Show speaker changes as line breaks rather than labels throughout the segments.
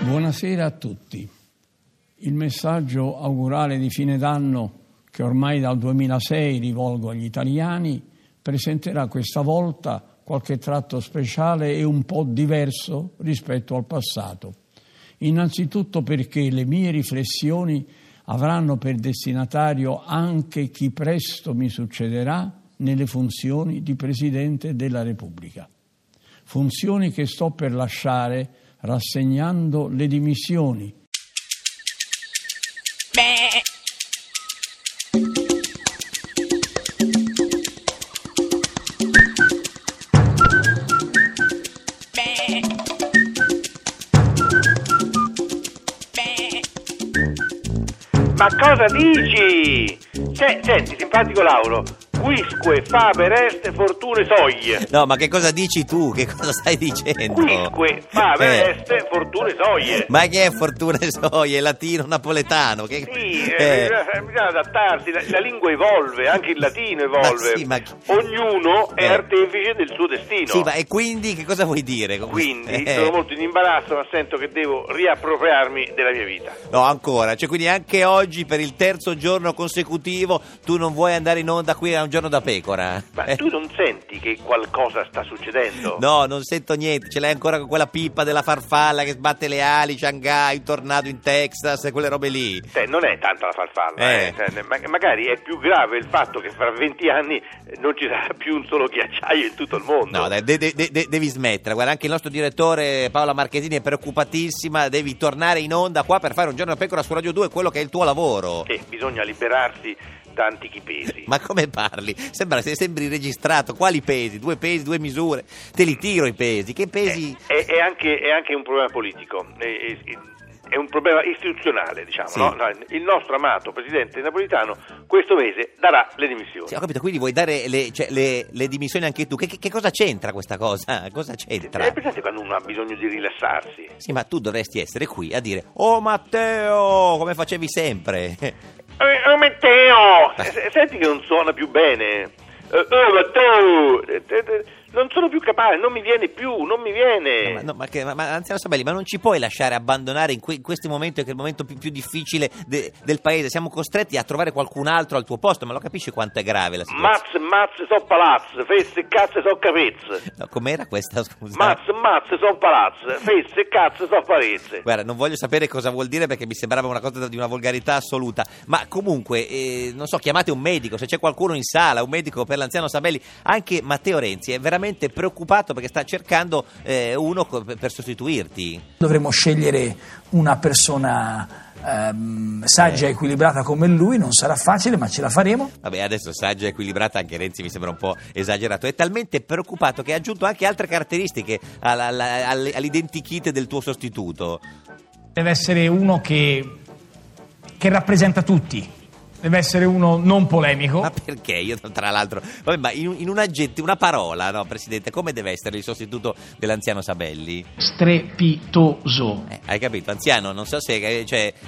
Buonasera a tutti. Il messaggio augurale di fine d'anno che ormai dal 2006 rivolgo agli italiani presenterà questa volta qualche tratto speciale e un po' diverso rispetto al passato. Innanzitutto perché le mie riflessioni avranno per destinatario anche chi presto mi succederà nelle funzioni di Presidente della Repubblica. Funzioni che sto per lasciare rassegnando le dimissioni.
Ma cosa dici? Senti, simpatico Lauro, quisque faber est fortune soglie.
No, ma che cosa dici tu? Che cosa stai dicendo?
Quisque faber est fortune soglie.
Ma che è fortune soglie? Latino, napoletano?
Sì, bisogna adattarsi, la lingua evolve, anche il latino evolve. Ognuno è artefice del suo destino.
Sì, ma e quindi che cosa vuoi dire?
Quindi sono molto in imbarazzo, ma sento che devo riappropriarmi della mia vita.
No, ancora, cioè quindi anche oggi per il terzo giorno consecutivo tu non vuoi andare in onda qui a Un Giorno da Pecora?
Ma tu non senti che qualcosa sta succedendo?
No, non sento niente, ce l'hai ancora con quella pippa della farfalla che sbatte le ali, Shanghai, un tornado in Texas e quelle robe lì.
Non è tanta la farfalla, magari è più grave il fatto che fra 20 anni non ci sarà più un solo ghiacciaio in tutto il mondo.
No, dai, devi smettere, guarda, anche il nostro direttore Paola Marchesini è preoccupatissima, devi tornare in onda qua per fare Un Giorno da Pecora su Radio 2, quello che è il tuo lavoro.
Bisogna liberarsi da antichi pesi.
Ma come parli? Sembri registrato. Quali pesi? 2 pesi, 2 misure. Te li tiro i pesi. Che pesi?
È anche un problema politico. È un problema istituzionale, diciamo, sì. No? Il nostro amato presidente Napolitano questo mese darà le dimissioni.
Sì, ho capito, quindi vuoi dare le dimissioni anche tu? Che cosa c'entra questa cosa? Cosa c'entra?
È presente quando uno ha bisogno di rilassarsi?
Sì, ma tu dovresti essere qui a dire "Oh Matteo", come facevi sempre.
Oh Matteo! Senti che non suona più bene. Oh Matteo! Non sono più capace, non mi viene più, non mi viene.
Ma anziano Sabelli, ma non ci puoi lasciare abbandonare in questo momento, che è il momento più difficile del paese. Siamo costretti a trovare qualcun altro al tuo posto, ma lo capisci quanto è grave la situazione?
Mazze so palazzo, fesse cazzo so capezze.
No, com'era questa, scusa?
Mazze so palazzo, fesse cazzo so parezze.
Guarda, non voglio sapere cosa vuol dire perché mi sembrava una cosa di una volgarità assoluta, ma comunque, non so, chiamate un medico, se c'è qualcuno in sala, un medico per l'anziano Sabelli. Anche Matteo Renzi è veramente preoccupato perché sta cercando uno per sostituirti.
Dovremmo scegliere una persona saggia e equilibrata come lui, non sarà facile, ma ce la faremo.
Vabbè, adesso saggia e equilibrata anche Renzi mi sembra un po' esagerato. È talmente preoccupato che ha aggiunto anche altre caratteristiche all'identikit del tuo sostituto.
Deve essere uno che rappresenta tutti. Deve essere uno non polemico.
Ma perché? Io tra l'altro... Vabbè, ma in un aggettivo, una parola, no, Presidente, come deve essere il sostituto dell'anziano Sabelli?
Strepitoso.
Hai capito? Anziano, non so se...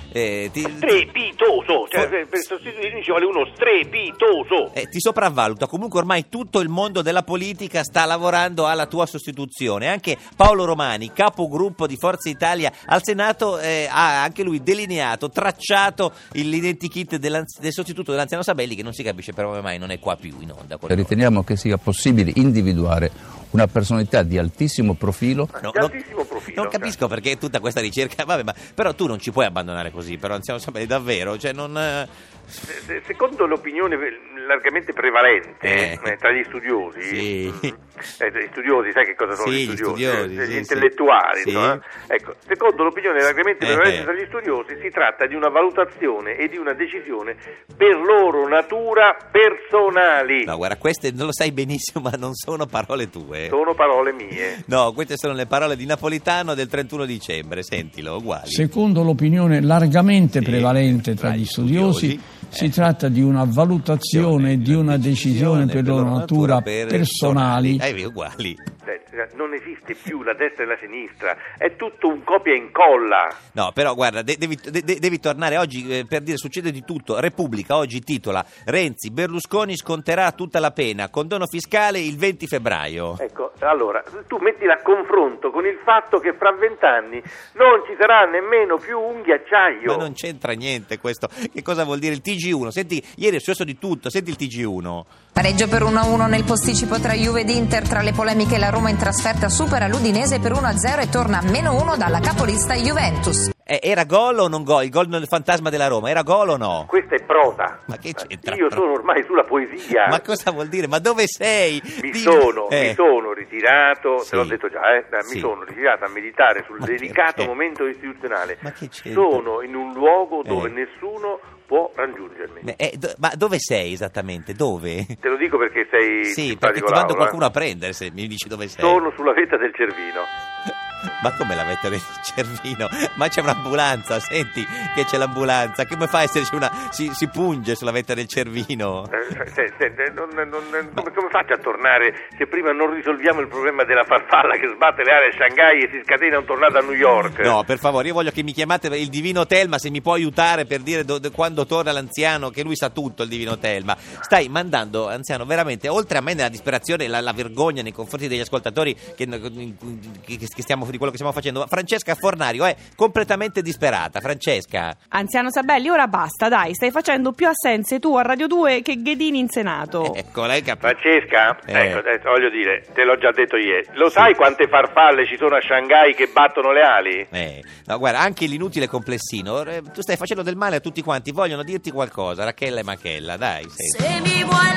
Strepitoso! Per sostituirmi ci vuole uno strepitoso!
Ti sopravvaluta. Comunque ormai tutto il mondo della politica sta lavorando alla tua sostituzione. Anche Paolo Romani, capogruppo di Forza Italia al Senato, ha anche lui delineato, tracciato l'identikit del sostituto dell'anziano Sabelli, che non si capisce però come mai non è qua più in onda.
Riteniamo che sia possibile individuare una personalità di altissimo profilo.
Non capisco perché tutta questa ricerca, vabbè, ma però tu non ci puoi abbandonare così, però anziano Sabelli, davvero, cioè non...
Secondo l'opinione largamente prevalente tra gli studiosi, gli studiosi, sai che cosa sono gli studiosi? Gli intellettuali,
sì.
No? Ecco, secondo l'opinione largamente prevalente tra gli studiosi si tratta di una valutazione e di una decisione per loro natura personali.
No, guarda, queste non lo sai benissimo, ma non sono parole tue.
Sono parole mie.
No, queste sono le parole di Napolitano del 31 dicembre, sentilo, uguali.
Secondo l'opinione largamente prevalente tra gli studiosi, si tratta di una valutazione e di una decisione per loro natura personali.
Uguali.
non esiste più la destra e la sinistra, è tutto un copia e incolla.
No, però guarda, devi tornare oggi per dire succede di tutto. Repubblica oggi titola: Renzi, Berlusconi sconterà tutta la pena, condono fiscale il 20 febbraio.
Ecco, allora, tu mettila a confronto con il fatto che fra 20 anni non ci sarà nemmeno più un ghiacciaio.
Ma non c'entra niente questo. Che cosa vuol dire il TG1? Senti, ieri è successo di tutto, senti il TG1.
Pareggio per 1-1 nel posticipo tra Juve ed Inter. Tra le polemiche la Roma in trasferta supera l'Udinese per 1-0 e torna a -1 dalla capolista Juventus.
Era gol o non gol? Il gol nel fantasma della Roma, era gol o no?
Questa è prosa.
Ma che c'entra?
Io sono ormai sulla poesia.
Ma cosa vuol dire? Ma dove sei?
Mi sono ritirato,
Sì.
te l'ho detto già,
Sì.
mi sono ritirato a meditare sul
Ma
delicato
perché?
momento istituzionale.
Ma che c'entra?
Sono in un luogo dove nessuno può raggiungermi.
Ma dove sei esattamente? Dove?
Te lo dico perché sei
Sì,
simpatico,
perché ti mando
Laura.
qualcuno a prendere se mi dici dove sei.
Sono sulla vetta del Cervino.
Ma come la vetta del Cervino? Ma c'è un'ambulanza, senti che c'è l'ambulanza. Come fa a esserci una... Si punge sulla vetta del Cervino?
Come faccio a tornare se prima non risolviamo il problema della farfalla che sbatte le ali a Shanghai e si scatena un tornado a New York?
No, per favore, io voglio che mi chiamate il Divino Telma, se mi può aiutare per dire quando torna l'anziano, che lui sa tutto, il Divino Telma. Stai mandando, anziano, veramente, oltre a me nella disperazione, la vergogna nei confronti degli ascoltatori di quello che stiamo facendo. Francesca Fornario è completamente disperata. Francesca.
Anziano Sabelli, ora basta, dai, stai facendo più assenze tu a Radio 2 che Ghedini in Senato.
Ecco, lei capisce.
Francesca, ecco, voglio dire, te l'ho già detto ieri, lo sai quante farfalle ci sono a Shanghai che battono le ali?
No, guarda, anche l'inutile complessino, tu stai facendo del male a tutti quanti, vogliono dirti qualcosa, Rachella e Machella, dai. Senti.
Se mi vuoi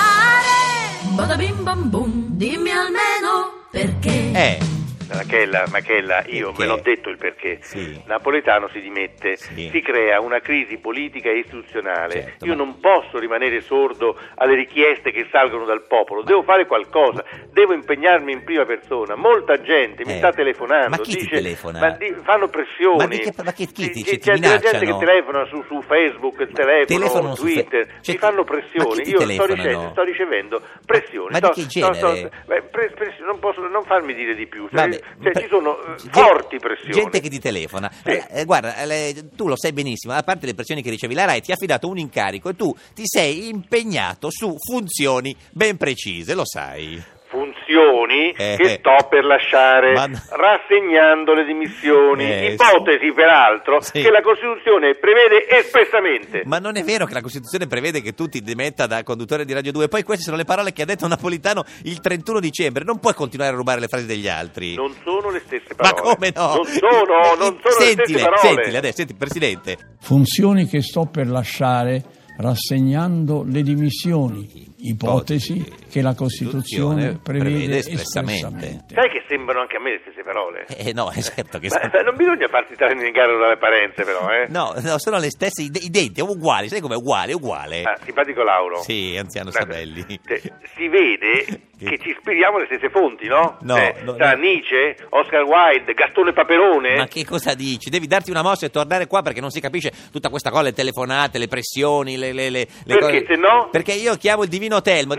lasciare, bada bim bam bum, dimmi almeno perché.
Machella, io
Perché?
ve l'ho detto il perché.
Sì.
Napolitano si dimette,
Sì.
si crea una crisi politica e istituzionale.
Certo,
io
ma-
non posso rimanere sordo alle richieste che salgono dal popolo, devo fare qualcosa, devo impegnarmi in prima persona. Molta gente mi sta telefonando,
Ma chi ti
dice,
telefona?
fanno pressioni.
Ma chi ti dice? Ti
C'è della gente
minacciano?
che telefona su Facebook,
Telefonano su
Twitter,
Cioè,
mi fanno
ma
pressioni.
chi ti
Io
telefonano?
sto ricevendo pressioni.
Ma di che genere?
Non posso non farmi dire di più.
Vabbè,
Ci sono
Gen-
forti pressioni.
Gente che ti telefona.
Sì.
Guarda, tu lo sai benissimo, a parte le pressioni che ricevi, la RAI ti ha affidato un incarico e tu ti sei impegnato su funzioni ben precise, lo sai.
Funzioni che sto per lasciare, rassegnando le dimissioni. Ipotesi, peraltro, che la Costituzione prevede espressamente.
Ma non è vero che la Costituzione prevede che tu ti dimetta da conduttore di Radio 2. Poi queste sono le parole che ha detto Napolitano il 31 dicembre. Non puoi continuare a rubare le frasi degli altri.
Non sono le stesse parole.
Ma come no?
Non sono le stesse parole.
Sentile adesso, senti, Presidente.
Funzioni che sto per lasciare rassegnando le dimissioni, ipotesi che la Costituzione prevede espressamente.
Sai che sembrano anche a me le stesse parole?
No, è certo che
non bisogna farsi trarre in inganno dalle apparenze, però,
No, sono le stesse identiche, uguali, sai com'è? Uguale.
Simpatico Lauro.
Sì, anziano Sabelli.
Si vede che ci ispiriamo alle stesse fonti, no?
No.
Nietzsche, Oscar Wilde, Gastone Paperone.
Ma che cosa dici? Devi darti una mossa e tornare qua perché non si capisce tutta questa cosa, le telefonate, le pressioni, le
perché
cose.
se no?
Perché io chiamo il Divino Telma.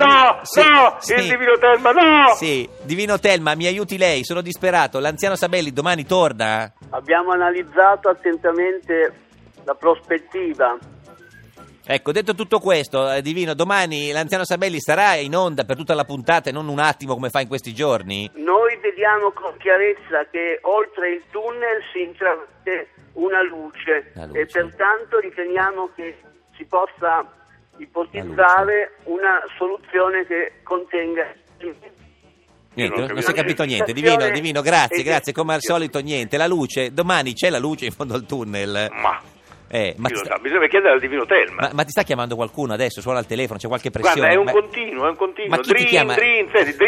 Il Divino Telma, no!
Sì, Divino Telma, mi aiuti lei, sono disperato. L'anziano Sabelli domani torna?
Abbiamo analizzato attentamente la prospettiva.
Ecco, detto tutto questo, Divino, domani l'anziano Sabelli sarà in onda per tutta la puntata e non un attimo come fa in questi giorni?
Noi vediamo con chiarezza che oltre il tunnel si intravede una luce e pertanto riteniamo che si possa ipotizzare una soluzione che contenga...
Niente, non si è capito niente. Divino, grazie, come al solito niente. La luce, domani c'è la luce in fondo al tunnel.
Bisogna chiedere al Divino Telma.
Ma ti sta chiamando qualcuno adesso? Suona al telefono, c'è qualche pressione?
Guarda, è un continuo.
Ma chi ti chiama?
Dimmi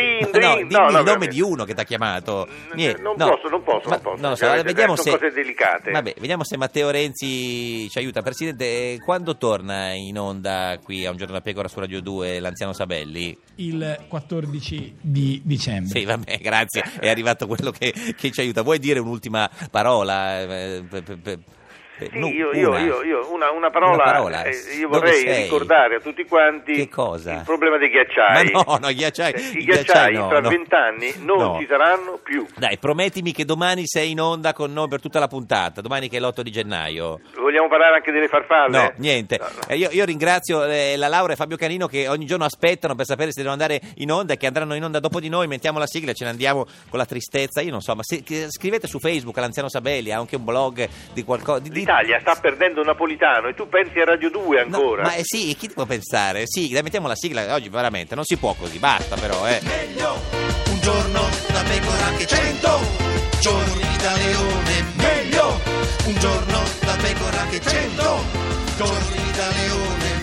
il nome di uno che ti ha chiamato.
Non posso.
Non lo so, vediamo se...
cose delicate.
Vabbè, vediamo se Matteo Renzi ci aiuta. Presidente, quando torna in onda qui a Un Giorno da Pecora su Radio 2 l'anziano Sabelli?
Il 14 di dicembre.
Sì, vabbè, grazie, è arrivato quello che ci aiuta. Vuoi dire un'ultima parola?
Sì, io una parola, io vorrei ricordare a tutti quanti
che cosa?
Il problema dei ghiacciai.
Ma no, i ghiacciai.
I ghiacciai tra 20 anni non ci saranno più.
Dai, promettimi che domani sei in onda con noi per tutta la puntata, domani che è l'8 di gennaio.
Vogliamo parlare anche delle farfalle?
No, niente. No. Io ringrazio la Laura e Fabio Canino che ogni giorno aspettano per sapere se devono andare in onda e che andranno in onda dopo di noi, mettiamo la sigla e ce ne andiamo con la tristezza. Io non so, ma scrivete su Facebook all'Anziano Sabelli, ha anche un blog di qualcosa.
L'Italia sta perdendo Napolitano e tu pensi a Radio 2 ancora?
No, ma sì, chi può pensare? Sì, dai, mettiamo la sigla oggi, veramente, non si può così, basta però,
Meglio un giorno da pecora che 100 giorni da leone. Meglio un giorno da pecora che 100 giorni da leone.